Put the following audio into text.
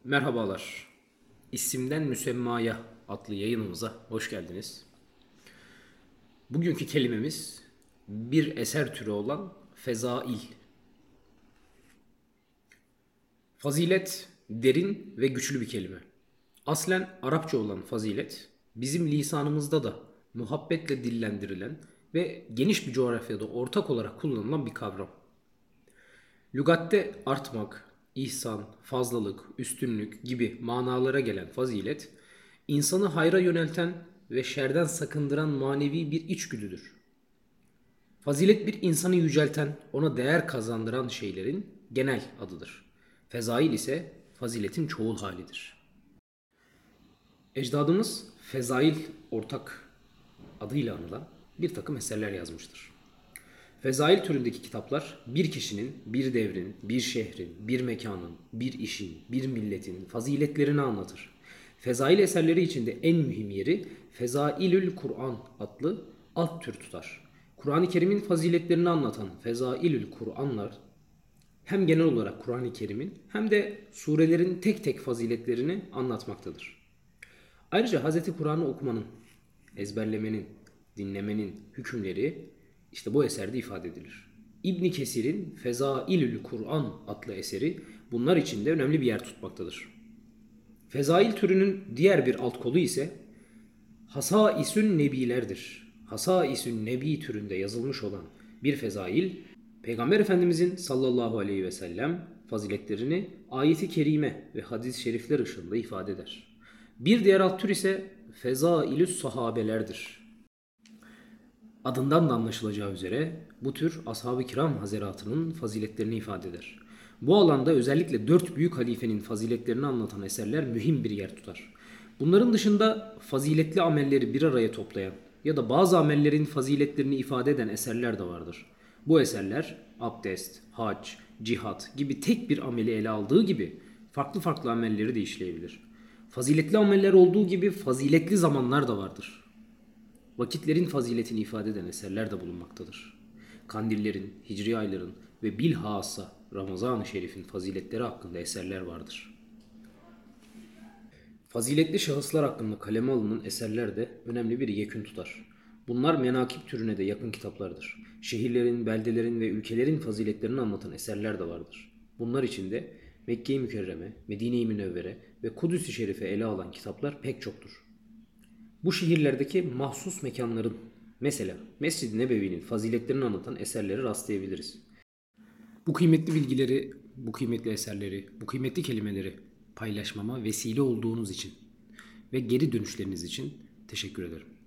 Merhabalar. İsimden Müsemmaya adlı yayınımıza hoş geldiniz. Bugünkü kelimemiz bir eser türü olan fezail. Fazilet derin ve güçlü bir kelime. Aslen Arapça olan fazilet bizim lisanımızda da muhabbetle dillendirilen ve geniş bir coğrafyada ortak olarak kullanılan bir kavram. Lügatte artmak, ihsan, fazlalık, üstünlük gibi manalara gelen fazilet, insanı hayra yönelten ve şerden sakındıran manevi bir içgüdüdür. Fazilet bir insanı yücelten, ona değer kazandıran şeylerin genel adıdır. Fezail ise faziletin çoğul halidir. Ecdadımız fezail ortak adıyla anılan bir takım eserler yazmıştır. Fezail türündeki kitaplar bir kişinin, bir devrin, bir şehrin, bir mekanın, bir işin, bir milletin faziletlerini anlatır. Fezail eserleri içinde en mühim yeri Fezailül Kur'an adlı alt tür tutar. Kur'an-ı Kerim'in faziletlerini anlatan Fezailül Kur'anlar hem genel olarak Kur'an-ı Kerim'in hem de surelerin tek tek faziletlerini anlatmaktadır. Ayrıca Hz. Kur'an'ı okumanın, ezberlemenin, dinlemenin hükümleri işte bu eserde ifade edilir. İbn Kesir'in Fezailül Kur'an adlı eseri bunlar için de önemli bir yer tutmaktadır. Fezail türünün diğer bir alt kolu ise Hasaisün Nebilerdir. Hasaisün Nebi türünde yazılmış olan bir fezail, Peygamber Efendimizin sallallahu aleyhi ve sellem faziletlerini ayeti kerime ve hadis-i şerifler ışığında ifade eder. Bir diğer alt tür ise Fezailüs Sahabelerdir. Adından da anlaşılacağı üzere bu tür ashab-ı kiram hazaratının faziletlerini ifade eder. Bu alanda özellikle dört büyük halifenin faziletlerini anlatan eserler mühim bir yer tutar. Bunların dışında faziletli amelleri bir araya toplayan ya da bazı amellerin faziletlerini ifade eden eserler de vardır. Bu eserler abdest, hac, cihat gibi tek bir ameli ele aldığı gibi farklı farklı amelleri de işleyebilir. Faziletli ameller olduğu gibi faziletli zamanlar da vardır. Vakitlerin faziletini ifade eden eserler de bulunmaktadır. Kandillerin, hicri ayların ve bilhassa Ramazan-ı Şerif'in faziletleri hakkında eserler vardır. Faziletli şahıslar hakkında kaleme alınan eserler de önemli bir yekün tutar. Bunlar menakip türüne de yakın kitaplardır. Şehirlerin, beldelerin ve ülkelerin faziletlerini anlatan eserler de vardır. Bunlar içinde Mekke-i Mükerreme, Medine-i Münevvere ve Kudüs-i Şerif'e ele alan kitaplar pek çoktur. Bu şehirlerdeki mahsus mekanların, mesela Mescid-i Nebevi'nin faziletlerini anlatan eserleri rastlayabiliriz. Bu kıymetli bilgileri, bu kıymetli eserleri, bu kıymetli kelimeleri paylaşmama vesile olduğunuz için ve geri dönüşleriniz için teşekkür ederim.